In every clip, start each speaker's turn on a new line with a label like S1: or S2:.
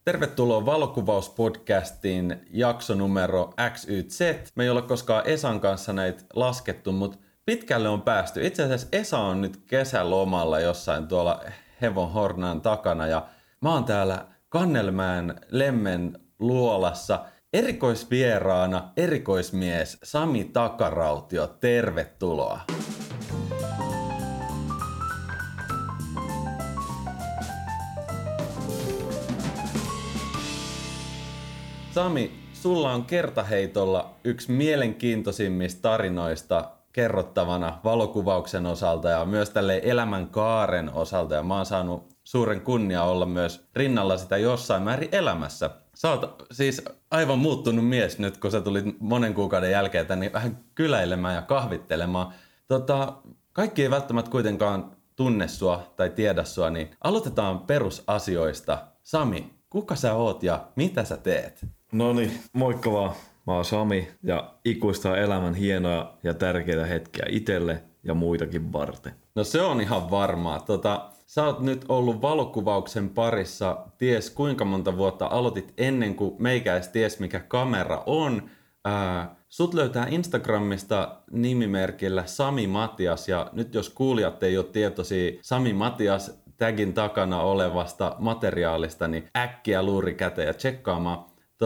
S1: Tervetuloa valokuvauspodcastiin jakso-numero XYZ. Me ei ole koskaan Esan kanssa näitä laskettu, mutta pitkälle on päästy. Itse asiassa Esa on nyt kesälomalla jossain tuolla Hevonhornan takana ja mä oon täällä Kannelmäen Lemmen luolassa erikoisvieraana erikoismies Sami Takarautio. Tervetuloa. Sami, sulla on kertaheitolla yksi mielenkiintoisimmista tarinoista kerrottavana valokuvauksen osalta ja myös tälle elämänkaaren osalta. Ja mä oon saanut suuren kunnia olla myös rinnalla sitä jossain määrin elämässä. Sä oot siis aivan muuttunut mies nyt, kun sä tulit monen kuukauden jälkeen tänne vähän kyläilemään ja kahvittelemaan. Kaikki ei välttämättä kuitenkaan tunne sua tai tiedä sua, niin aloitetaan perusasioista. Sami, kuka sä oot ja mitä sä teet?
S2: Noniin, moikka vaan. Mä oon Sami ja ikuistaa elämän hienoja ja tärkeitä hetkiä itselle ja muitakin varten.
S1: No se on ihan varmaa. Sä oot nyt ollut valokuvauksen parissa ties kuinka monta vuotta. Aloitit ennen kuin meikäis ties mikä kamera on. Sut löytää Instagramista nimimerkillä Sami Matias ja nyt jos kuulijat ei ole tietoisia Sami Matias tagin takana olevasta materiaalista, niin äkkiä luuri käteen ja tsekkaamaan.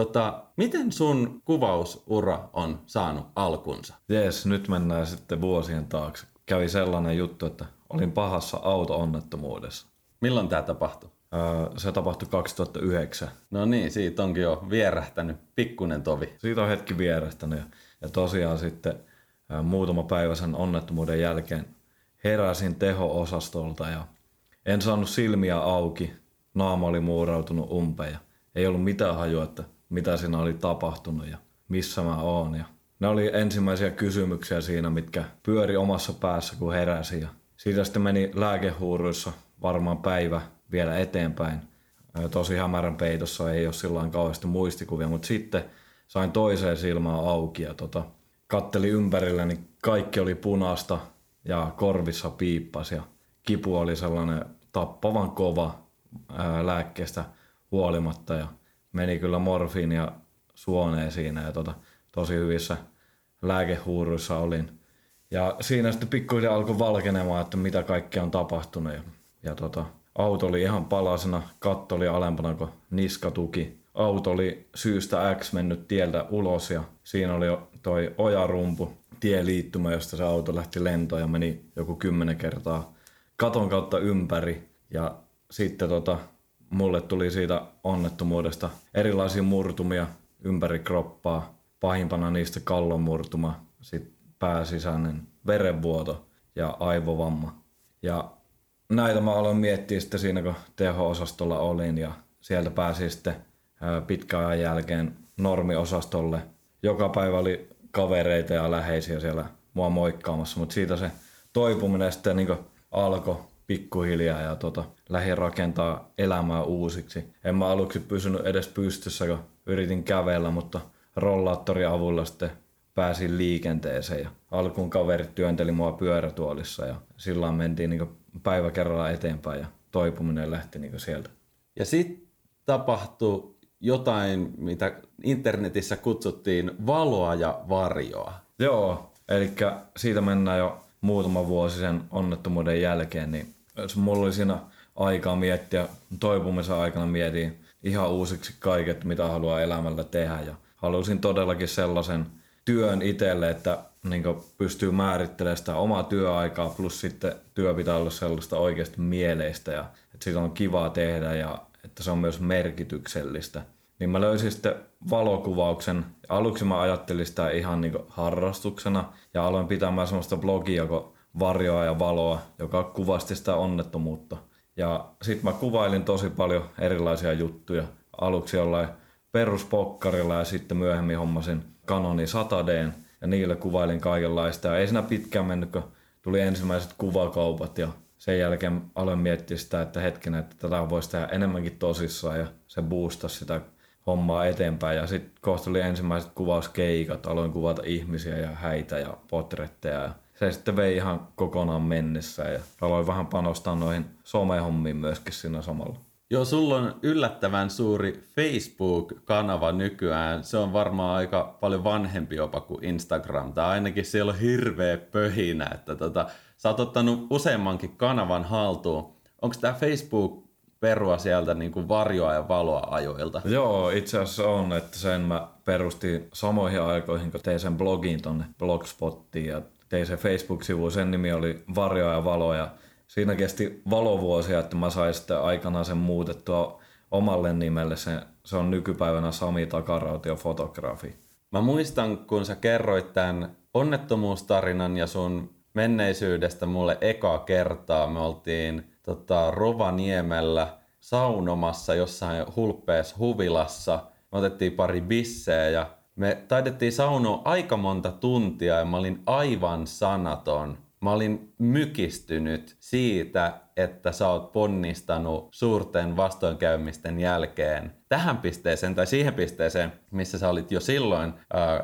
S1: Miten sun kuvausura on saanut alkunsa?
S2: Jees, nyt mennään sitten vuosien taakse. Kävi sellainen juttu, että olin pahassa auto-onnettomuudessa.
S1: Milloin tää tapahtui?
S2: Se tapahtui 2009.
S1: No niin, siitä onkin jo vierähtänyt pikkunen tovi.
S2: Siitä on hetki vierähtänyt ja tosiaan sitten muutama päivä sen onnettomuuden jälkeen heräsin teho-osastolta ja en saanut silmiä auki. Naama oli muurautunut umpeen ja ei ollut mitään hajua, että mitä siinä oli tapahtunut ja missä mä oon. Ja ne oli ensimmäisiä kysymyksiä siinä, mitkä pyöri omassa päässä, kun heräsin. Ja siitä sitten meni lääkehuuruissa varmaan päivä vielä eteenpäin. Tosi hämärän peitossa ei ole silloin kauheasti muistikuvia, mutta sitten sain toiseen silmään auki ja kattelin ympärillä, niin kaikki oli punaista ja korvissa piippasi ja kipu oli sellainen tappavan kova lääkkeestä huolimatta ja meni kyllä morfiinia suoneen siinä ja tosi hyvissä lääkehuuruissa olin. Ja siinä sitten pikkuhiljaa alkoi valkenemaan, että mitä kaikkea on tapahtunut. Ja auto oli ihan palasena, katto oli alempana kuin niskatuki. Auto oli syystä X mennyt tieltä ulos ja siinä oli toi ojarumpu, tieliittymä, josta se auto lähti lentoon ja meni joku 10 kertaa katon kautta ympäri. Ja sitten mulle tuli siitä onnettomuudesta erilaisia murtumia ympäri kroppaa. Pahimpana niistä kallonmurtuma, sitten pääsisäinen verenvuoto ja aivovamma. Ja näitä mä aloin miettiä sitten siinä, kun teho-osastolla olin ja sieltä pääsin sitten pitkän ajan jälkeen normiosastolle. Joka päivä oli kavereita ja läheisiä siellä mua moikkaamassa, mutta siitä se toipuminen sitten niin alkoi pikkuhiljaa ja lähdin rakentaa elämää uusiksi. En mä aluksi pysynyt edes pystyssä, kun yritin kävellä, mutta rollaattorin avulla sitten pääsin liikenteeseen. Ja alkuun kaverit työnteli mua pyörätuolissa ja sillä mentiin niin päivä kerrallaan eteenpäin ja toipuminen lähti niin sieltä.
S1: Ja sitten tapahtui jotain, mitä internetissä kutsuttiin valoa ja varjoa.
S2: Joo, eli siitä mennään jo muutama vuosi sen onnettomuuden jälkeen, niin mulla oli siinä aikaa miettiä, toipumisen aikana mietin ihan uusiksi kaiket, mitä haluaa elämällä tehdä. Ja halusin todellakin sellaisen työn itselle, että niin pystyy määrittelemään sitä omaa työaikaa, plus sitten työ pitää olla sellaista oikeasti mieleistä ja että sitä on kivaa tehdä ja että se on myös merkityksellistä. Niin mä löysin sitten valokuvauksen. Aluksi mä ajattelin sitä ihan niin harrastuksena ja aloin pitämään semmoista blogia kuin Varjoa ja valoa, joka kuvasti sitä onnettomuutta. Ja sit mä kuvailin tosi paljon erilaisia juttuja. Aluksi jollain peruspokkarilla ja sitten myöhemmin hommasin Canonin 100D:n ja niillä kuvailin kaikenlaista. Ja ei siinä pitkään mennyt, kun tuli ensimmäiset kuvakaupat ja sen jälkeen aloin miettiä sitä, että hetkinen, että tätä voisi tehdä enemmänkin tosissaan ja se boostasi sitä hommaa eteenpäin. Ja sitten kohta tuli ensimmäiset kuvauskeikat, aloin kuvata ihmisiä ja häitä ja portretteja. Ja se sitten vei ihan kokonaan mennessä ja aloin vähän panostaa noihin somehommiin myöskin siinä samalla.
S1: Joo, sulla on yllättävän suuri Facebook-kanava nykyään. Se on varmaan aika paljon vanhempi jopa kuin Instagram. Tai ainakin siellä on hirveä pöhinä, että sä oot ottanut useammankin kanavan haltuun. Onko tää Facebook perua sieltä niin kuin varjoa ja valoa ajoilta?
S2: Joo, itse asiassa on, että sen mä perustin samoihin aikoihin, kun tein sen blogin tonne Blogspottiin ja tein sen Facebook-sivu. Sen nimi oli Varjoa ja valoa. Siinä kesti valovuosia, että mä sain sitten aikanaan sen muutettua omalle nimelle. Se on nykypäivänä Sami Takarautio fotografi.
S1: Mä muistan, kun sä kerroit tämän onnettomuustarinan ja sun menneisyydestä mulle ekaa kertaa. Me oltiin Rovaniemellä saunomassa jossain hulppeessa huvilassa. Me otettiin pari bisseä ja me taidettiin saunoa aika monta tuntia ja mä olin aivan sanaton. Mä olin mykistynyt siitä, että sä oot ponnistanut suurten vastoinkäymisten jälkeen tähän pisteeseen tai siihen pisteeseen, missä sä olit jo silloin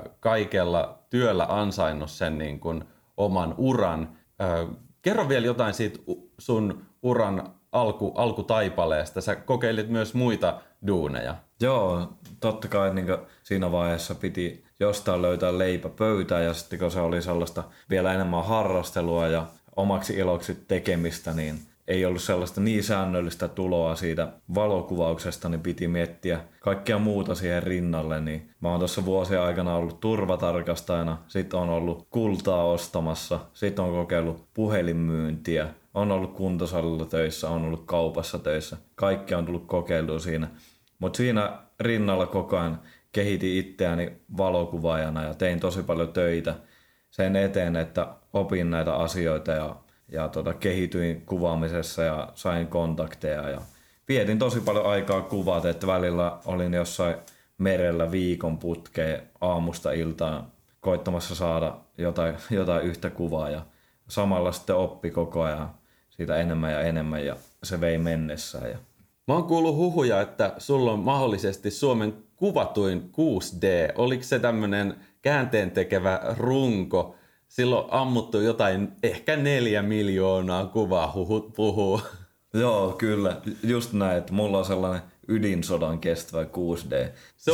S1: kaikella työllä ansainnut sen niin kuin oman uran. Kerro vielä jotain siitä sun uran alkutaipaleesta. Sä kokeilit myös muita duuneja.
S2: Joo, totta kai niin siinä vaiheessa piti jostain löytää leipä pöytään ja sitten kun se oli sellaista vielä enemmän harrastelua ja omaksi iloksi tekemistä, niin ei ollut sellaista niin säännöllistä tuloa siitä valokuvauksesta, niin piti miettiä kaikkea muuta siihen rinnalle. Niin mä oon tuossa vuosien aikana ollut turvatarkastajana, sit on ollut kultaa ostamassa, sit on kokeillut puhelinmyyntiä, on ollut kuntosalilla töissä, on ollut kaupassa töissä. Kaikki on tullut kokeiltua siinä. Mutta siinä rinnalla koko ajan kehitin itseäni valokuvaajana ja tein tosi paljon töitä sen eteen, että opin näitä asioita ja kehityin kuvaamisessa ja sain kontakteja ja vietin tosi paljon aikaa kuvat, että välillä olin jossain merellä viikon putkeen aamusta iltaan koittamassa saada jotain yhtä kuvaa ja samalla sitten oppi koko ajan siitä enemmän ja se vei mennessään.
S1: Mä oon kuullut huhuja, että sulla on mahdollisesti Suomen kuvatuin 6D. Oliko se tämmönen käänteentekevä runko? Silloin ammuttu jotain, ehkä 4 miljoonaa kuvaa puhuu.
S2: Joo, kyllä. Just näin, että mulla on sellainen ydinsodan kestävä 6D.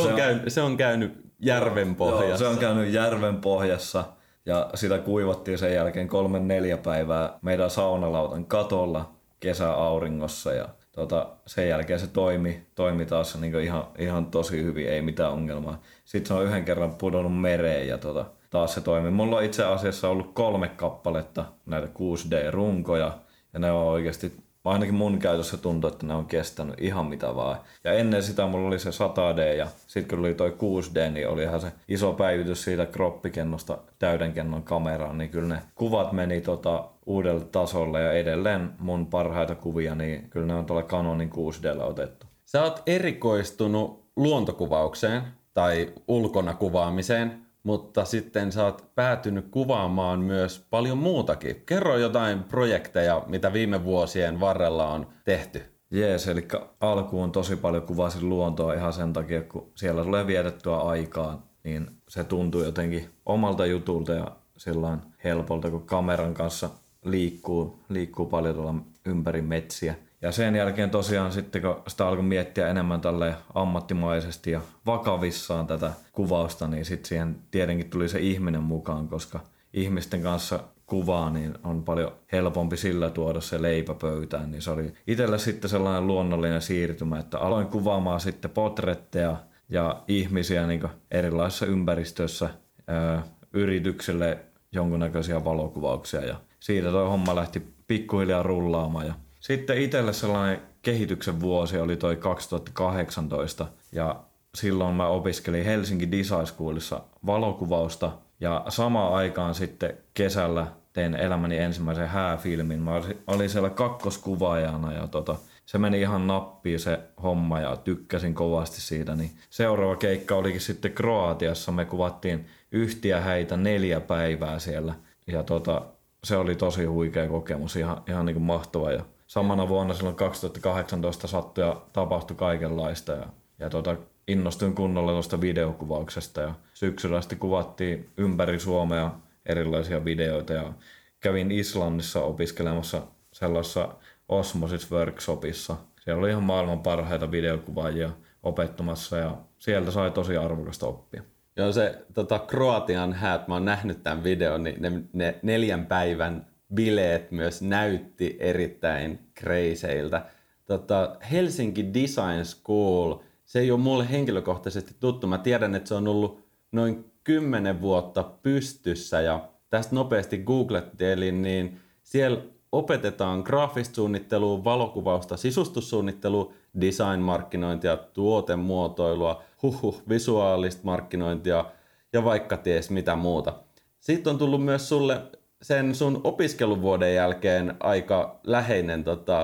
S1: Se on käynyt järven pohjassa.
S2: Joo, se on käynyt järven pohjassa ja sitä kuivattiin sen jälkeen 3-4 päivää meidän saunalautan katolla kesäauringossa ja sen jälkeen se toimi taas niin ihan tosi hyvin, ei mitään ongelmaa. Sitten se on yhden kerran pudonnut mereen ja taas se toimi. Mulla on itse asiassa ollut 3 kappaletta näitä 6D-runkoja ja ne on oikeasti, ainakin mun käytössä tuntuu, että ne on kestänyt ihan mitä vaan. Ja ennen sitä mulla oli se 100D ja sitten kun oli toi 6D, niin oli ihan se iso päivitys siitä kroppikennosta täydenkennon kameraan, niin kyllä ne kuvat meni uudelle tasolle ja edelleen mun parhaita kuvia, niin kyllä ne on tuolla Canonin 6D:llä otettu.
S1: Sä oot erikoistunut luontokuvaukseen tai ulkona kuvaamiseen, mutta sitten sä oot päätynyt kuvaamaan myös paljon muutakin. Kerro jotain projekteja, mitä viime vuosien varrella on tehty.
S2: Jees, eli alkuun tosi paljon kuvasin luontoa ihan sen takia, kun siellä tulee vietettyä aikaa, niin se tuntuu jotenkin omalta jutulta ja sillain helpolta, kun kameran kanssa liikkuu paljon tuolla ympäri metsiä. Ja sen jälkeen tosiaan sitten, kun sitä alkoi miettiä enemmän tälleen ammattimaisesti ja vakavissaan tätä kuvausta, niin sitten siihen tietenkin tuli se ihminen mukaan, koska ihmisten kanssa kuvaa, niin on paljon helpompi sillä tuoda se leipä pöytään. Niin se oli itselle sitten sellainen luonnollinen siirtymä, että aloin kuvaamaan sitten portretteja ja ihmisiä niin erilaisissa ympäristöissä, yrityksille jonkunnäköisiä valokuvauksia ja siitä toi homma lähti pikkuhiljaa rullaamaan. Ja sitten itselle sellainen kehityksen vuosi oli toi 2018 ja silloin mä opiskelin Helsinki Design Schoolissa valokuvausta ja samaan aikaan sitten kesällä tein elämäni ensimmäisen hääfilmin. Mä olin siellä kakkoskuvaajana ja se meni ihan nappiin se homma ja tykkäsin kovasti siitä. Niin seuraava keikka olikin sitten Kroatiassa. Me kuvattiin yhtiöhäitä 4 päivää siellä ja se oli tosi huikea kokemus, ihan niin kuin mahtava. Ja samana vuonna silloin 2018 sattui ja tapahtui kaikenlaista ja innostuin kunnolla tuosta videokuvauksesta ja syksyllä sitten kuvattiin ympäri Suomea erilaisia videoita ja kävin Islannissa opiskelemassa sellaisessa Osmosis Workshopissa. siellä oli ihan maailman parhaita videokuvaajia opettamassa ja sieltä sai tosi arvokasta oppia.
S1: Joo, se Kroatian häät, mä oon nähnyt tämän videon, niin ne 4 päivän bileet myös näytti erittäin kreiseiltä. Helsinki Design School, se ei ole mulle henkilökohtaisesti tuttu. Mä tiedän, että se on ollut noin 10 vuotta pystyssä ja tästä nopeasti googlettelin, niin siellä opetetaan graafista suunnittelua, valokuvausta, sisustussuunnittelua, design-markkinointia, tuotemuotoilua, visuaalista markkinointia ja vaikka ties mitä muuta. Sitten on tullut myös sulle sen sun opiskeluvuoden jälkeen aika läheinen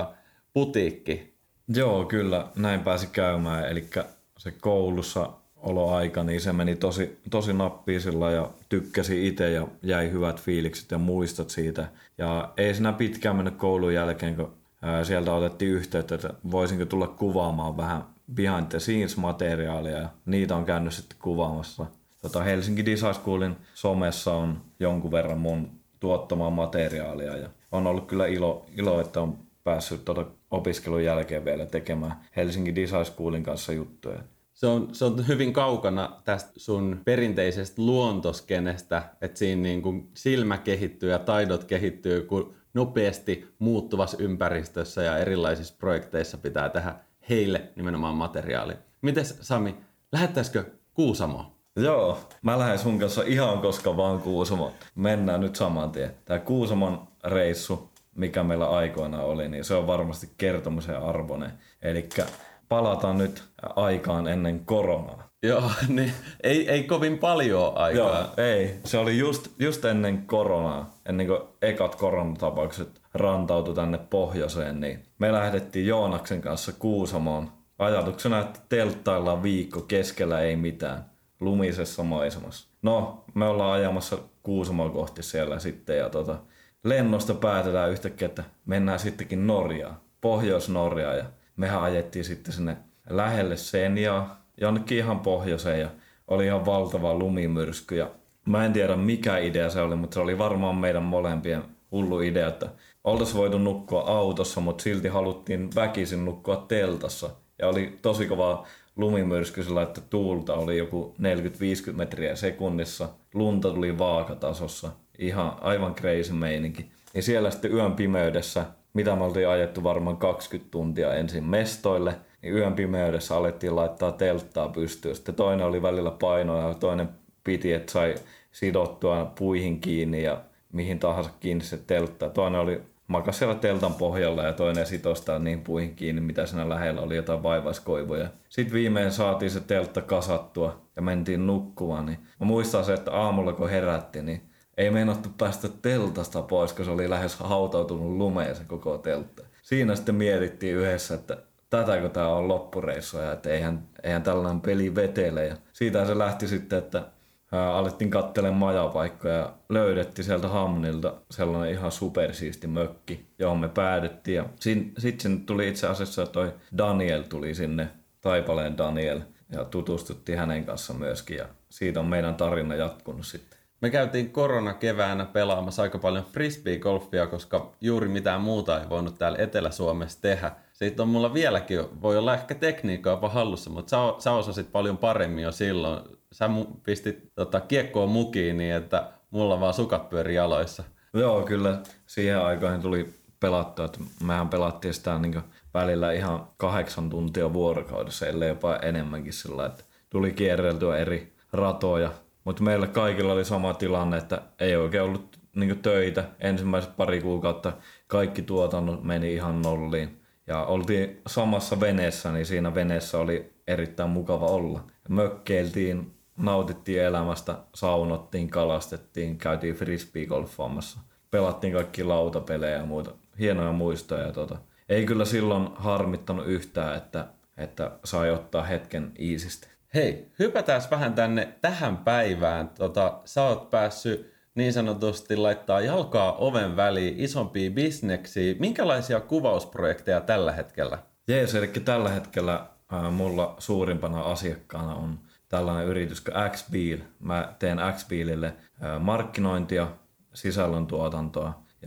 S1: putiikki.
S2: Joo, kyllä näin pääsi käymään. Eli se koulussa oloaika, niin se meni tosi nappiisilla ja tykkäsi itse ja jäi hyvät fiilikset ja muistot siitä. Ja ei siinä pitkään mennyt koulun jälkeen, kun sieltä otettiin yhteyttä, että voisinko tulla kuvaamaan vähän behind the scenes materiaalia ja niitä on käynyt sitten kuvaamassa. Helsinki Design Schoolin somessa on jonkun verran mun tuottamaa materiaalia ja on ollut kyllä ilo että on päässyt opiskelun jälkeen vielä tekemään Helsinki Design Schoolin kanssa juttuja.
S1: Se on hyvin kaukana tästä sun perinteisestä luontoskenestä, että siinä niin kuin silmä kehittyy ja taidot kehittyy, kun nopeasti muuttuvassa ympäristössä ja erilaisissa projekteissa pitää tehdä heille nimenomaan materiaali. Mites Sami, lähettäisikö Kuusamoon?
S2: Joo, mä lähden sun kanssa ihan koska vaan Kuusamoon. Mennään nyt saman tien. Tää Kuusamon reissu, mikä meillä aikoina oli, niin se on varmasti kertomisen arvoinen. Elikkä palataan nyt aikaan ennen koronaa.
S1: Joo, niin ei kovin paljon aikaa.
S2: Joo, ei. Se oli just ennen koronaa, ennen kuin ekat koronatapaukset rantautui tänne pohjoiseen, niin me lähdettiin Joonaksen kanssa Kuusamoon. Ajatuksena, että telttaillaan viikko keskellä ei mitään, lumisessa maisemassa. No, me ollaan ajamassa Kuusamoa kohti siellä sitten ja lennosta päätetään yhtäkkiä, että mennään sittenkin Norjaan, Pohjois-Norjaan ja mehän ajettiin sitten sinne lähelle Senjaa, jonnekin ihan pohjoiseen ja oli ihan valtava lumimyrsky ja mä en tiedä mikä idea se oli, mutta se oli varmaan meidän molempien hullu idea, että oltaisiin voitu nukkua autossa, mutta silti haluttiin väkisin nukkua teltassa ja oli tosi kova lumimyrsky sillä, että tuulta oli joku 40-50 metriä sekunnissa, lunta tuli vaakatasossa, ihan aivan crazy meininki. Ja siellä sitten yön pimeydessä, mitä me oltiin ajettu varmaan 20 tuntia ensin mestoille, niin yön pimeydessä alettiin laittaa telttaa pystyyn. Sitten toinen oli välillä painoa ja toinen piti, että sai sidottua puihin kiinni ja mihin tahansa kiinni se teltta. Toinen oli makas siellä teltan pohjalla ja toinen sitostaa niin puihin kiinni, mitä siinä lähellä oli jotain vaivaiskoivoja. Sitten viimein saatiin se teltta kasattua ja mentiin nukkumaan. Niin mä muistan se, että aamulla kun herättiin, niin ei meinattu päästä teltasta pois, kun se oli lähes hautautunut lumeen se koko teltta. Siinä sitten mietittiin yhdessä, että tätäkö tää on loppureissua ja että eihän tällainen peli vetele. Ja siitä se lähti sitten, että alettiin katselemaan majapaikkoja ja löydettiin sieltä Hamnilta sellainen ihan supersiisti mökki, johon me päädyttiin. Ja sitten tuli itse asiassa toi Daniel tuli sinne, Taipaleen Daniel, ja tutustuttiin hänen kanssa myöskin ja siitä on meidän tarina jatkunut sitten.
S1: Me käytiin koronakeväänä pelaamassa aika paljon frisbee-golfia, koska juuri mitään muuta ei voinut täällä Etelä-Suomessa tehdä. Siitä on mulla vieläkin, voi olla ehkä tekniikkaa jopa hallussa, mutta sä osasit paljon paremmin jo silloin. Sä pistit kiekkoa mukiin niin, että mulla vaan sukat pyöri jaloissa.
S2: Joo, kyllä siihen aikaan tuli pelattua, että mehän pelattiin sitä niin välillä ihan 8 tuntia vuorokaudessa, ellei jopa enemmänkin sillä, että tuli kierreltyä eri ratoja. Mutta meillä kaikilla oli sama tilanne, että ei oikein ollut töitä. Ensimmäiset pari kuukautta kaikki tuotannot meni ihan nolliin. Ja oltiin samassa veneessä, niin siinä veneessä oli erittäin mukava olla. Mökkeiltiin, nautittiin elämästä, saunottiin, kalastettiin, käytiin frisbee-golfaamassa. Pelattiin kaikki lautapelejä ja muuta. Hienoja muistoja. Ei kyllä silloin harmittanut yhtään, että sai ottaa hetken iisisti.
S1: Hei, hypätään vähän tähän päivään. Sä oot päässyt niin sanotusti laittaa jalkaa oven väliin isompiin bisneksiin. Minkälaisia kuvausprojekteja tällä hetkellä?
S2: Jees, eli tällä hetkellä mulla suurimpana asiakkaana on tällainen yritys kuin X-Beal. Mä teen X-Bealille markkinointia, sisällöntuotantoa ja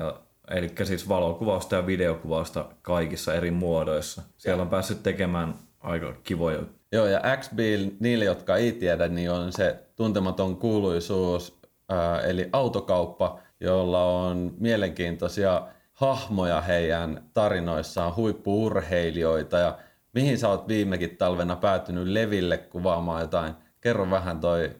S2: Eli siis valokuvausta ja videokuvausta kaikissa eri muodoissa. Siellä on päässyt tekemään aika kivoja.
S1: Joo, ja X-Bill, niille jotka ei tiedä, niin on se tuntematon kuuluisuus, eli autokauppa, jolla on mielenkiintoisia hahmoja heidän tarinoissaan, huippu-urheilijoita. Ja mihin sä oot viimekin talvena päätynyt leville kuvaamaan jotain? Kerro vähän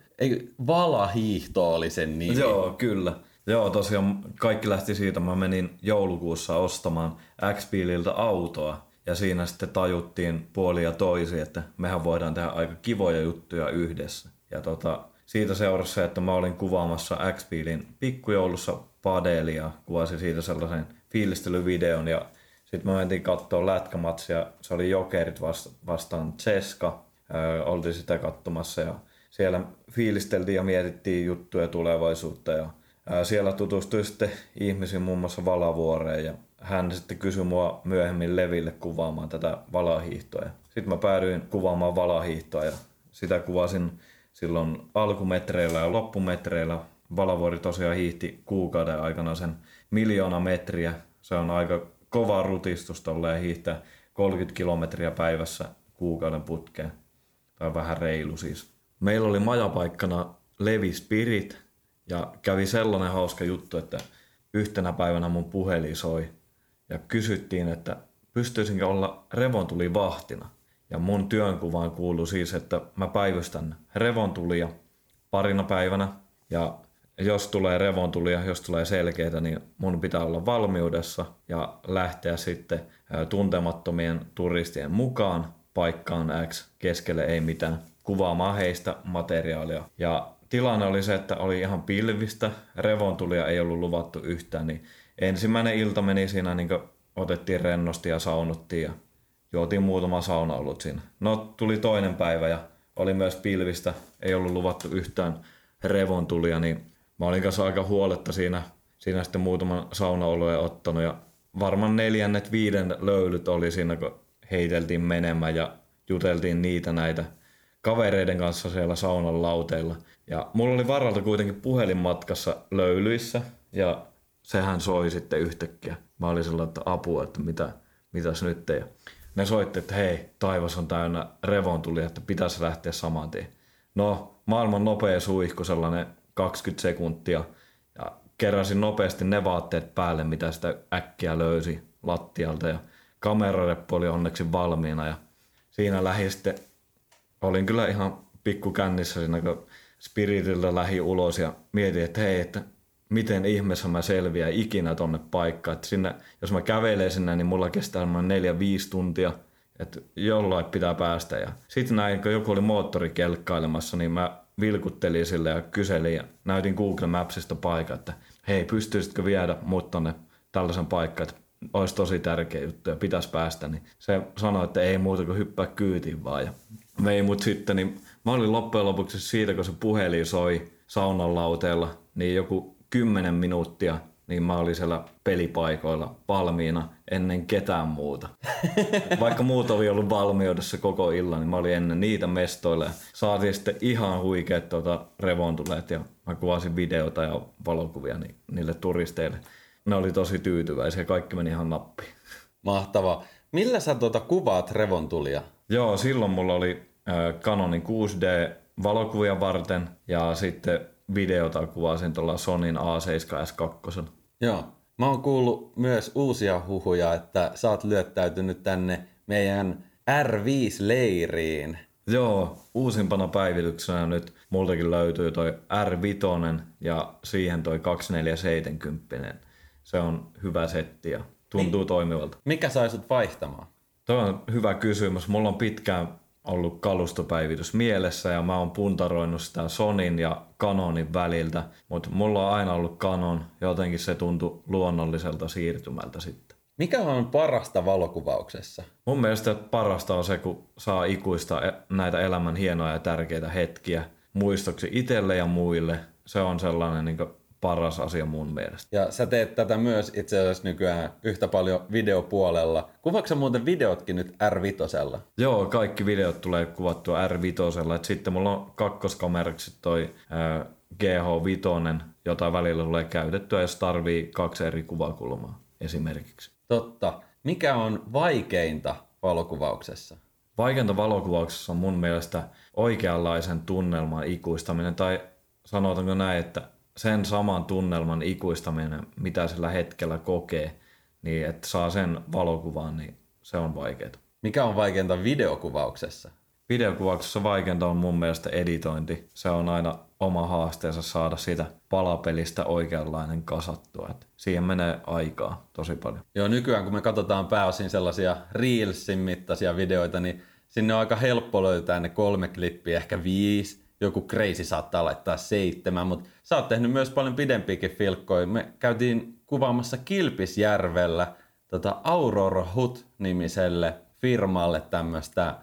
S1: Valahiihto oli sen nimi.
S2: Joo, kyllä. Joo, tosiaan kaikki lähti siitä. Mä menin joulukuussa ostamaan X-Billiltä autoa. Ja siinä sitten tajuttiin puoli ja toisi, että mehän voidaan tehdä aika kivoja juttuja yhdessä. Ja siitä seurasi se, että mä olin kuvaamassa X-Billin pikkujoulussa padelia. Kuvasin siitä sellaisen fiilistelyvideon ja sitten me mentiin katsoa lätkämatsia. Se oli Jokerit vastaan Ceska. Oltiin sitä katsomassa ja siellä fiilisteltiin ja mietittiin juttuja tulevaisuutta. Ja siellä tutustui sitten ihmisiin muun muassa Valavuoreen ja hän sitten kysyi mua myöhemmin leville kuvaamaan tätä valahiihtoa. Sitten mä päädyin kuvaamaan valahiihtoa ja sitä kuvasin silloin alkumetreillä ja loppumetreillä. Valavuori tosiaan hiihti kuukauden aikana sen 1 000 000 metriä. Se on aika kova rutistus tolleen hiihtää 30 kilometriä päivässä kuukauden putkeen. Tai vähän reilu siis. Meillä oli majapaikkana Levi Spirit ja kävi sellainen hauska juttu, että yhtenä päivänä mun puhelin soi ja kysyttiin, että pystyisinkö olla revontulivahtina. Ja mun työnkuvaan kuului siis, että mä päivystän revontulia parina päivänä ja jos tulee revontulia, jos tulee selkeitä, niin mun pitää olla valmiudessa ja lähteä sitten tuntemattomien turistien mukaan paikkaan X, keskelle ei mitään, kuvaamaan heistä materiaalia. Ja tilanne oli se, että oli ihan pilvistä, revontulia ei ollut luvattu yhtään, niin ensimmäinen ilta meni siinä, niin otettiin rennosti ja saunottiin ja juotiin muutama saunaolut siinä. No tuli toinen päivä ja oli myös pilvistä, ei ollut luvattu yhtään revontulia, niin mä olin kanssa aika huoletta siinä sitten muutaman saunaolueen ottanut ja varmaan 4., 5. löylyt oli siinä, kun heiteltiin menemään ja juteltiin niitä näitä kavereiden kanssa siellä saunan lauteilla. Ja mulla oli varalta kuitenkin puhelin matkassa löylyissä ja sehän soi sitten yhtäkkiä. Mä olin sellainen, että apua, että mitäs nyt ja ne soitti, että hei, taivas on täynnä revontulia, että pitäisi lähteä saman tien. No, maailman nopea suihku, sellainen 20 sekuntia ja keräsin nopeasti ne vaatteet päälle, mitä sitä äkkiä löysi lattialta ja kamerareppu oli onneksi valmiina ja siinä lähi sitten, olin kyllä ihan pikku kännissä siinä, kun Spiritiltä lähi ulos ja mietin, että hei, että miten ihmeessä mä selviän ikinä tonne paikkaan. Että sinne, jos mä kävelen sinne, niin mulla kestää 4-5 tuntia, että jollain pitää päästä. Ja sitten näin, kun joku oli moottorikelkkailemassa, niin mä vilkuttelin sille ja kyselin ja näytin Google Mapsista paikan, että hei, pystyisitkö viedä mut tonne tällaisen paikkaan, että olisi tosi tärkeä juttu ja pitäisi päästä. Niin se sanoi, että ei muuta kuin hyppää kyytiin vaan. Ja vei mut sitten, niin mä olin loppujen lopuksi siitä, kun se puhelin soi saunan lauteella, niin joku 10 minuuttia, niin mä olin siellä pelipaikoilla valmiina ennen ketään muuta. Vaikka muut oli ollut valmiudessa koko illan, niin mä olin ennen niitä mestoilla. Saatiin sitten ihan huikeat revontuleet ja mä kuvasin videota ja valokuvia niille turisteille. Ne oli tosi tyytyväisiä, kaikki meni ihan nappiin.
S1: Mahtavaa. Millä sä kuvaat revontulia?
S2: Joo, silloin mulla oli Canonin 6D valokuvia varten ja sitten videota kuvasin tuolla Sonyn A7S2.
S1: Joo. Mä oon kuullut myös uusia huhuja, että sä oot lyöttäytynyt tänne meidän R5-leiriin.
S2: Joo, uusimpana päivityksenä nyt multakin löytyy toi R5 ja siihen toi 2470. Se on hyvä setti ja tuntuu toimivalta.
S1: Mikä sai sut vaihtamaan?
S2: Tuo on hyvä kysymys. Mulla on pitkään ollut kalustopäivitys mielessä ja mä oon puntaroinut sitä Sonyn ja Canonin väliltä, mutta mulla on aina ollut Canon, jotenkin se tuntui luonnolliselta siirtymältä sitten.
S1: Mikä on parasta valokuvauksessa?
S2: Mun mielestä parasta on se, kun saa ikuista näitä elämän hienoja ja tärkeitä hetkiä muistoksi itselle ja muille. Se on sellainen niin kuin paras asia mun mielestä.
S1: Ja sä teet tätä myös itse asiassa nykyään yhtä paljon videopuolella. Kuvaatko sä muuten videotkin nyt R5?
S2: Joo, kaikki videot tulee kuvattua R5. Sitten mulla on kakkoskameraksi toi GH5, jota välillä tulee käytettyä, jos tarvii 2 eri kuvakulmaa. esimerkiksi.
S1: Totta. Mikä on vaikeinta valokuvauksessa?
S2: Vaikeinta valokuvauksessa on mun mielestä oikeanlaisen tunnelman ikuistaminen, tai sanotaanko näin, että sen saman tunnelman ikuistaminen, mitä sillä hetkellä kokee, niin että saa sen valokuvaan, niin se on vaikeaa.
S1: Mikä on vaikeinta videokuvauksessa?
S2: Videokuvauksessa vaikeinta on mun mielestä editointi. Se on aina oma haasteensa saada siitä palapelistä oikeanlainen kasattua. Et siihen menee aikaa tosi paljon.
S1: Joo, nykyään kun me katsotaan pääosin sellaisia Reelsin mittaisia videoita, niin sinne on aika helppo löytää ne 3 klippiä, ehkä 5. Joku crazy saattaa laittaa 7, mutta sä oot tehnyt myös paljon pidempiäkin filkkoja. Me käytiin kuvaamassa Kilpisjärvellä Aurora Hut-nimiselle firmalle tämmöistä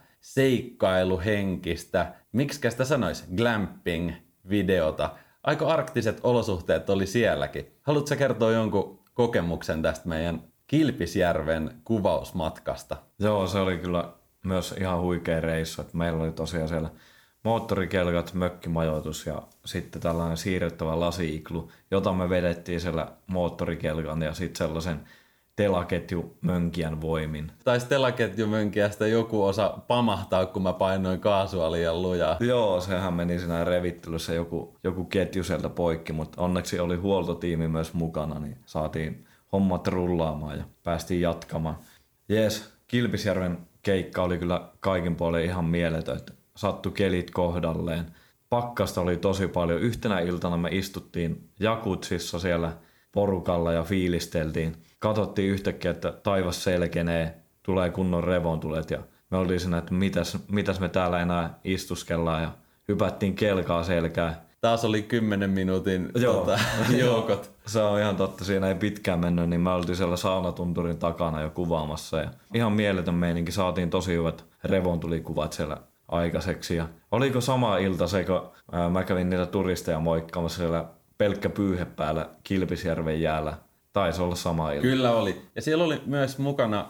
S1: seikkailuhenkistä, miksikä sitä sanoisi, glamping-videota. Aika arktiset olosuhteet oli sielläkin. Haluatko sä kertoa jonkun kokemuksen tästä meidän Kilpisjärven kuvausmatkasta?
S2: Joo, se oli kyllä myös ihan huikea reissu. Meillä oli tosiaan siellä moottorikelkat, mökkimajoitus ja sitten tällainen siirrettävä lasi-iklu, jota me vedettiin siellä moottorikelkan ja sitten sellaisen telaketjumönkijän voimin.
S1: Taisi telaketjumönkiästä joku osa pamahtaa, kun mä painoin kaasua liian lujaa.
S2: Joo, sehän meni siinä revittelyssä joku ketju sieltä poikki, mutta onneksi oli huoltotiimi myös mukana, niin saatiin hommat rullaamaan ja päästiin jatkamaan. Jees, Kilpisjärven keikka oli kyllä kaikin puolin ihan mieletön. Sattui kelit kohdalleen. Pakkasta oli tosi paljon. Yhtenä iltana me istuttiin jakutsissa siellä porukalla ja fiilisteltiin. Katsottiin yhtäkkiä, että taivas selkenee, tulee kunnon revontulet ja me oltiin siinä, että mitäs me täällä enää istuskellaan ja hypättiin kelkaa selkää.
S1: Taas oli 10 minuutin joukot.
S2: Se on ihan totta, siinä ei pitkään mennyt, niin me oltiin siellä saunatunturin takana jo kuvaamassa ja ihan mieletön meininki, saatiin tosi hyvät revontulikuvat siellä aikaiseksi. Ja oliko sama ilta se, kun mä kävin niitä turisteja moikkaamassa siellä pelkkä pyyhe päällä Kilpisjärven jäällä? Taisi olla sama ilta.
S1: Kyllä oli. Ja siellä oli myös mukana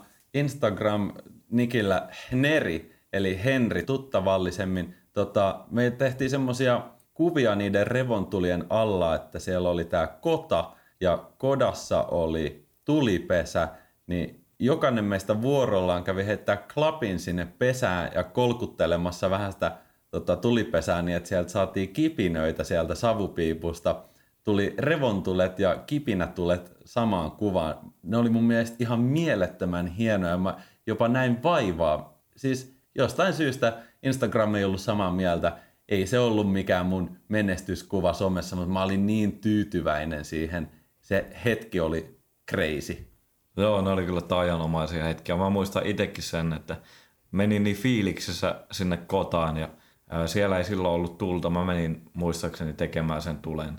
S1: Instagram-nikillä Hneri, eli Henri tuttavallisemmin. Me tehtiin semmosia kuvia niiden revontulien alla, että siellä oli tää kota ja kodassa oli tulipesä, niin jokainen meistä vuorollaan kävi heittää klapin sinne pesään ja kolkuttelemassa vähän sitä tulipesää niin, että sieltä saatiin kipinöitä sieltä savupiipusta. Tuli revontulet ja kipinätulet samaan kuvaan. Ne oli mun mielestä ihan mielettömän hienoja. Mä jopa näin vaivaa. Siis jostain syystä Instagram ei ollut samaa mieltä. Ei se ollut mikään mun menestyskuva somessa, mutta mä olin niin tyytyväinen siihen. Se hetki oli crazy.
S2: Joo, ne oli kyllä taianomaisia hetkiä. Mä muistan itsekin sen, että menin niin fiiliksessä sinne kotaan ja siellä ei silloin ollut tulta. Mä menin muistaakseni tekemään sen tulen.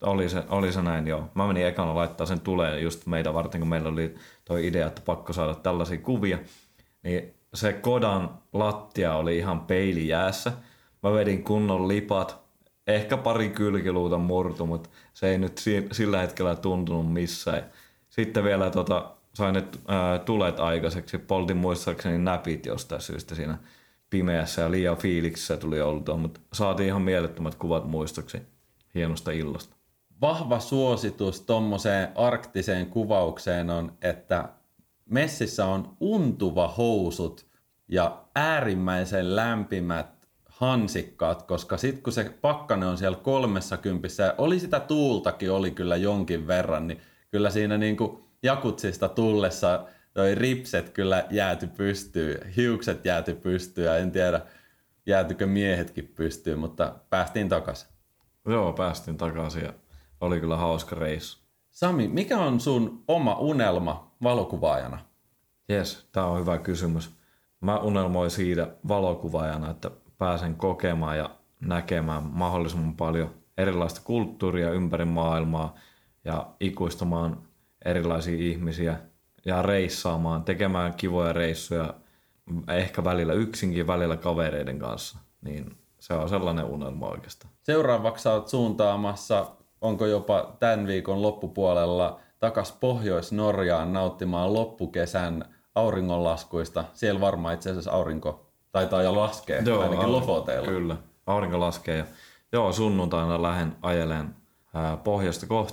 S2: Oli se näin, joo. Mä menin ekana laittaa sen tuleen just meitä varten, kun meillä oli toi idea, että pakko saada tällaisia kuvia. Niin se kodan lattia oli ihan peilijäässä. Mä vedin kunnon lipat. Ehkä pari kylkiluuta murtu, mutta se ei nyt sillä hetkellä tuntunut missään. Sitten vielä sain ne tulet aikaiseksi. Poltin muistaakseni näpit jostain syystä siinä pimeässä ja liian fiiliksissä tuli oltua, mutta saatiin ihan mielettömät kuvat muistoksi hienosta illasta.
S1: Vahva suositus tommoseen arktiseen kuvaukseen on, että messissä on untuva housut ja äärimmäisen lämpimät hansikkaat, koska sit kun se pakkanen on siellä 30 ja oli sitä tuultakin oli kyllä jonkin verran, niin kyllä siinä niinku jakutsista tullessa toi ripset kyllä jääty pystyy, hiukset jääty pystyy ja en tiedä jäätykö miehetkin pystyy, mutta päästiin takaisin.
S2: Joo, päästiin takaisin ja oli kyllä hauska reissu.
S1: Sami, mikä on sun oma unelma valokuvaajana?
S2: Jes, tää on hyvä kysymys. Mä unelmoin siitä valokuvaajana, että pääsen kokemaan ja näkemään mahdollisimman paljon erilaista kulttuuria ympäri maailmaa ja ikuistamaan erilaisia ihmisiä ja reissaamaan, tekemään kivoja reissuja, ehkä välillä yksinkin, välillä kavereiden kanssa. Niin se on sellainen unelma oikeastaan.
S1: Seuraavaksi sä oot suuntaamassa, onko jopa tämän viikon loppupuolella, takas Pohjois-Norjaan nauttimaan loppukesän auringonlaskuista. Siellä varmaan itse asiassa aurinko taitaa jo laskea, ainakin Lofoteilla.
S2: Kyllä, aurinko laskee. Ja, joo, sunnuntaina lähden ajeleen pohjoista kohti.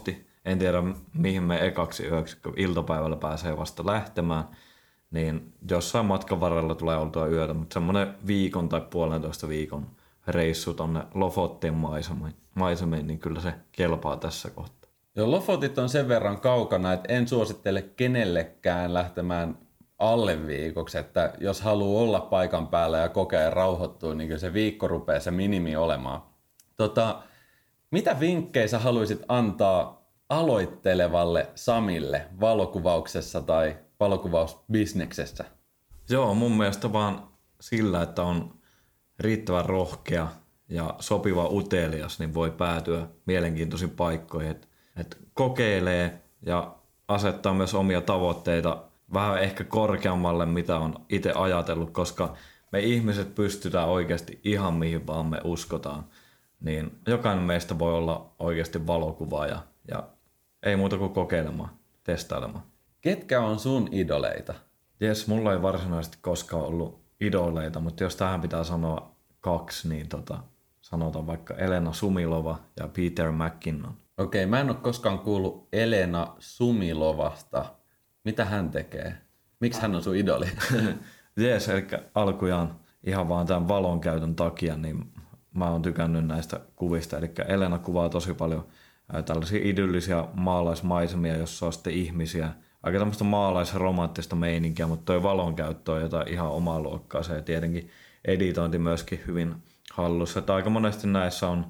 S2: en tiedä mihin me ekaksi yöksi, kun iltapäivällä pääsee vasta lähtemään, niin jossain matkan varrella tulee oltua yötä, mutta semmoinen viikon tai 1,5 viikon reissu tonne Lofottien maisemiin, niin kyllä se kelpaa tässä kohtaa.
S1: Joo, Lofotit on sen verran kaukana, että en suosittele kenellekään lähtemään alle viikoksi, että jos haluaa olla paikan päällä ja kokea ja rauhoittua, niin kyllä se viikko rupeaa se minimi olemaan. Mitä vinkkejä sä haluaisit antaa aloittelevalle Samille valokuvauksessa tai valokuvausbisneksessä?
S2: Joo, mun mielestä vaan sillä, että on riittävän rohkea ja sopiva utelias, niin voi päätyä mielenkiintoisiin paikkoihin. Et kokeilee ja asettaa myös omia tavoitteita vähän ehkä korkeammalle, mitä on itse ajatellut, koska me ihmiset pystytään oikeasti ihan mihin vaan me uskotaan. Niin jokainen meistä voi olla oikeasti valokuvaaja ja ei muuta kuin kokeilemaan, testailemaan.
S1: Ketkä on sun idoleita?
S2: Jes, mulla ei varsinaisesti koskaan ollut idoleita, mutta jos tähän pitää sanoa 2, niin sanotaan vaikka Elena Sumilova ja Peter McKinnon.
S1: Okei, mä en ole koskaan kuullut Elena Sumilovasta. Mitä hän tekee? Miksi hän on sun idoli?
S2: Jes, eli alkujaan ihan vaan tämän valon käytön takia, niin mä oon tykännyt näistä kuvista. Eli Elena kuvaa tosi paljon tällaisia idyllisiä maalaismaisemia, jossa on sitten ihmisiä. Aika tämmöistä maalaisromanttista meininkiä, mutta toi valon käyttö on jotain ihan omaa luokkaa. Se ja tietenkin editointi myöskin hyvin hallussa. Että aika monesti näissä on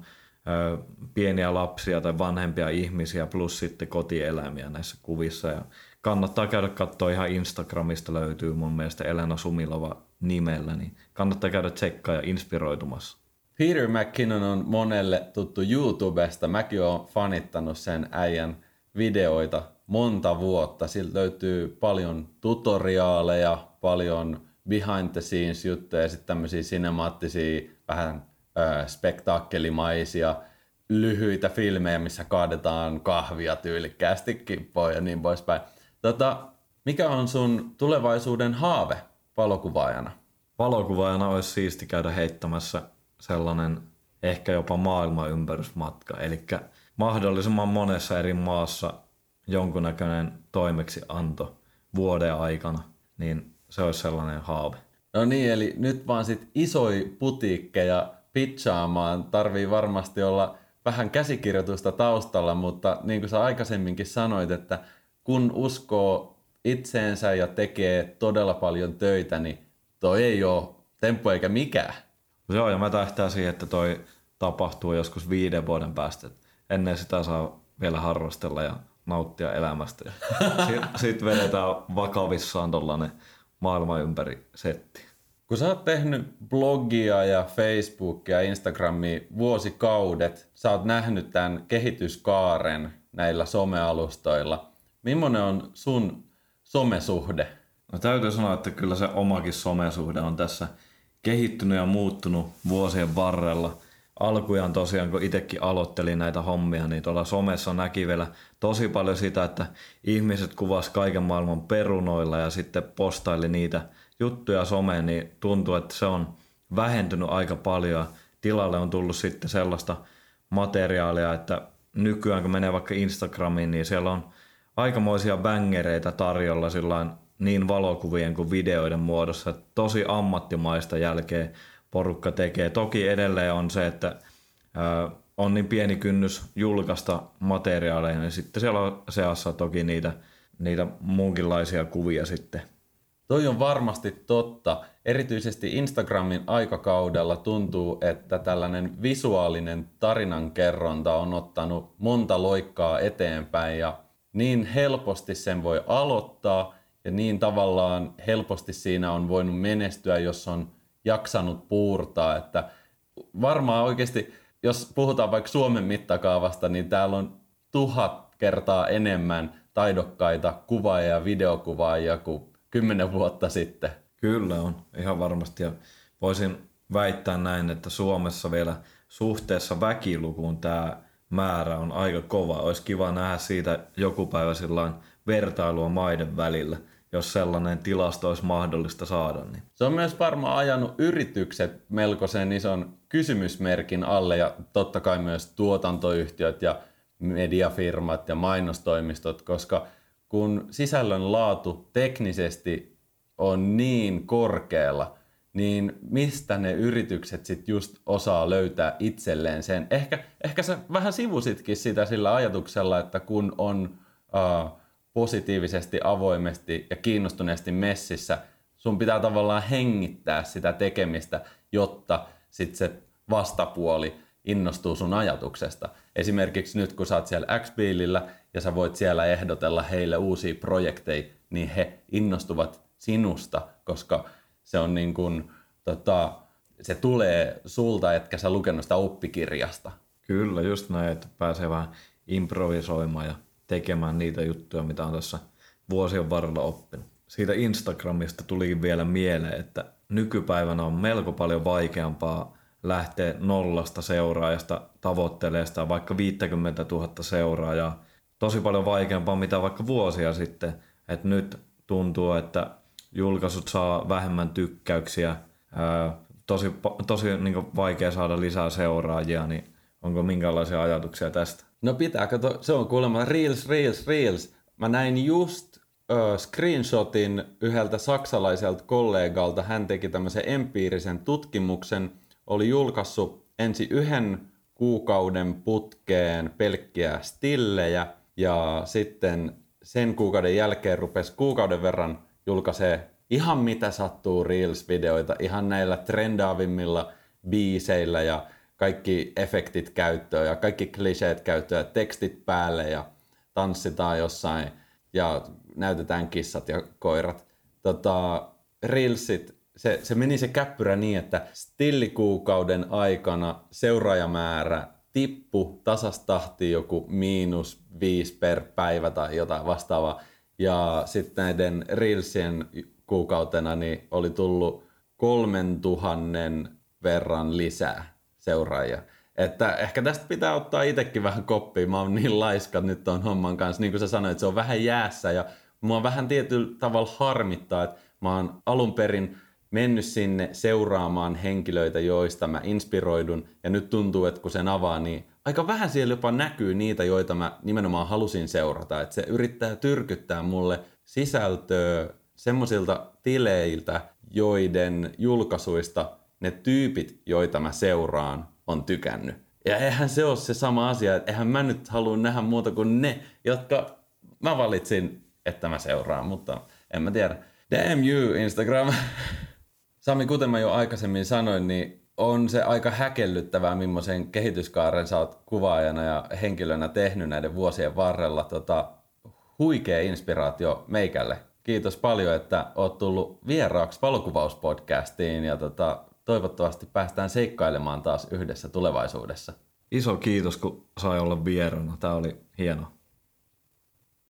S2: pieniä lapsia tai vanhempia ihmisiä plus sitten kotieläimiä näissä kuvissa. Ja kannattaa käydä katsoa ihan Instagramista löytyy mun mielestä Elena Sumilova nimellä, niin kannattaa käydä tsekkaa ja inspiroitumassa.
S1: Peter McKinnon on monelle tuttu YouTubesta. Mäkin oon fanittanut sen äijän videoita monta vuotta. Siltä löytyy paljon tutoriaaleja, paljon behind the scenes juttuja ja sitten tämmöisiä sinemaattisia, vähän spektaakkelimaisia, lyhyitä filmejä, missä kaadetaan kahvia tyylikkäästi kippoon ja niin poispäin. Mikä on sun tulevaisuuden haave valokuvaajana?
S2: Valokuvaajana olisi siisti käydä heittämässä sellainen ehkä jopa maailmanympärysmatka. Eli mahdollisimman monessa eri maassa jonkunnäköinen toimeksianto vuoden aikana, niin se olisi sellainen haave.
S1: No niin, eli nyt vaan sit isoja putiikkeja pitchaamaan. Tarvii varmasti olla vähän käsikirjoitusta taustalla, mutta niin kuin sä aikaisemminkin sanoit, että kun uskoo itseensä ja tekee todella paljon töitä, niin toi ei ole temppu eikä mikään.
S2: Joo, ja mä tähtään siihen, että toi tapahtuu joskus 5 vuoden päästä. Ennen sitä saa vielä harrastella ja nauttia elämästä. Sitten vedetään vakavissaan tollanen maailman ympäri setti.
S1: Kun sä oot tehnyt blogia ja Facebookia ja Instagramia vuosikaudet, sä oot nähnyt tämän kehityskaaren näillä somealustoilla. Millainen on sun somesuhde?
S2: No täytyy sanoa, että kyllä se omakin somesuhde on tässä kehittynyt ja muuttunut vuosien varrella. Alkujaan tosiaan, kun itsekin aloittelin näitä hommia, niin tuolla somessa näki vielä tosi paljon sitä, että ihmiset kuvas kaiken maailman perunoilla ja sitten postaili niitä juttuja someen, niin tuntuu, että se on vähentynyt aika paljon. Tilalle on tullut sitten sellaista materiaalia, että nykyään kun menee vaikka Instagramiin, niin siellä on aikamoisia bängereitä tarjolla sillain niin valokuvien kuin videoiden muodossa. Tosi ammattimaista jälkeen porukka tekee. Toki edelleen on se, että on niin pieni kynnys julkaista materiaaleja, niin sitten siellä on seassa toki niitä muunkinlaisia kuvia sitten.
S1: Toi on varmasti totta. Erityisesti Instagramin aikakaudella tuntuu, että tällainen visuaalinen tarinankerronta on ottanut monta loikkaa eteenpäin ja niin helposti sen voi aloittaa ja niin tavallaan helposti siinä on voinut menestyä, jos on jaksanut puurtaa. Että varmaan oikeasti, jos puhutaan vaikka Suomen mittakaavasta, niin täällä on 1000 kertaa enemmän taidokkaita kuvaajia ja videokuvaajia kuin 10 vuotta sitten.
S2: Kyllä on, ihan varmasti. Ja voisin väittää näin, että Suomessa vielä suhteessa väkilukuun tämä määrä on aika kova. Olisi kiva nähdä siitä joku päivä sillain vertailua maiden välillä, jos sellainen tilasto olisi mahdollista saada. Niin.
S1: Se on myös varmaan ajanut yritykset melkoisen ison kysymysmerkin alle ja totta kai myös tuotantoyhtiöt ja mediafirmat ja mainostoimistot, koska kun sisällön laatu teknisesti on niin korkealla, niin mistä ne yritykset sit just osaa löytää itselleen sen? Ehkä sä vähän sivusitkin sitä sillä ajatuksella, että kun on positiivisesti, avoimesti ja kiinnostuneesti messissä, sun pitää tavallaan hengittää sitä tekemistä, jotta sit se vastapuoli innostuu sun ajatuksesta. Esimerkiksi nyt kun sä oot siellä X-Beelillä ja sä voit siellä ehdotella heille uusia projekteja, niin he innostuvat sinusta, koska se on niin kuin, se tulee sulta, etkä sä lukenut sitä oppikirjasta.
S2: Kyllä, just näin, että pääsee vähän improvisoimaan ja tekemään niitä juttuja, mitä on tässä vuosien varrella oppinut. Siitä Instagramista tuli vielä mieleen, että nykypäivänä on melko paljon vaikeampaa lähteä nollasta seuraajasta tavoittelemaan sitä vaikka 50 000 seuraajaa. Tosi paljon vaikeampaa mitä vaikka vuosia sitten. Et nyt tuntuu, että julkaisut saa vähemmän tykkäyksiä, tosi niin kuin vaikea saada lisää seuraajia, niin onko minkälaisia ajatuksia tästä?
S1: No pitääkö, se on kuulemma Reels. Mä näin just screenshotin yhdeltä saksalaiselta kollegalta. Hän teki tämmöisen empiirisen tutkimuksen, oli julkaissut ensin 1 kuukauden putkeen pelkkiä stillejä ja sitten sen kuukauden jälkeen rupesi kuukauden verran julkaisee ihan mitä sattuu Reels-videoita, ihan näillä trendaavimmilla biiseillä ja kaikki efektit käyttöön ja kaikki kliseet käyttöön ja tekstit päälle ja tanssitaan jossain ja näytetään kissat ja koirat. Reelsit, se meni se käppyrä niin, että stillikuukauden aikana seuraajamäärä tippu tasastahtiin joku -5 per päivä tai jotain vastaavaa. Ja sitten näiden Reelsien kuukautena niin oli tullut 3000 verran lisää seuraajia. Että ehkä tästä pitää ottaa itsekin vähän koppia. Mä oon niin laiska nyt ton homman kanssa. Niin kuin sä sanoit, se on vähän jäässä ja mua vähän tietyllä tavalla harmittaa, että mä oon alun perin mennyt sinne seuraamaan henkilöitä, joista mä inspiroidun. Ja nyt tuntuu, että kun sen avaa, niin aika vähän siellä jopa näkyy niitä, joita mä nimenomaan halusin seurata. Että se yrittää tyrkyttää mulle sisältöä semmoisilta tileiltä, joiden julkaisuista ne tyypit, joita mä seuraan, on tykännyt. Ja eihän se ole se sama asia, että eihän mä nyt halua nähdä muuta kuin ne, jotka mä valitsin, että mä seuraan, mutta en mä tiedä. Damn you, Instagram! Sami, kuten mä jo aikaisemmin sanoin, niin on se aika häkellyttävää, millaisen kehityskaaren sä oot kuvaajana ja henkilönä tehnyt näiden vuosien varrella. Huikea inspiraatio meikälle. Kiitos paljon, että oot tullut vieraaksi valokuvauspodcastiin ja toivottavasti päästään seikkailemaan taas yhdessä tulevaisuudessa.
S2: Iso kiitos, kun sai olla vieraana. Tää oli hienoa.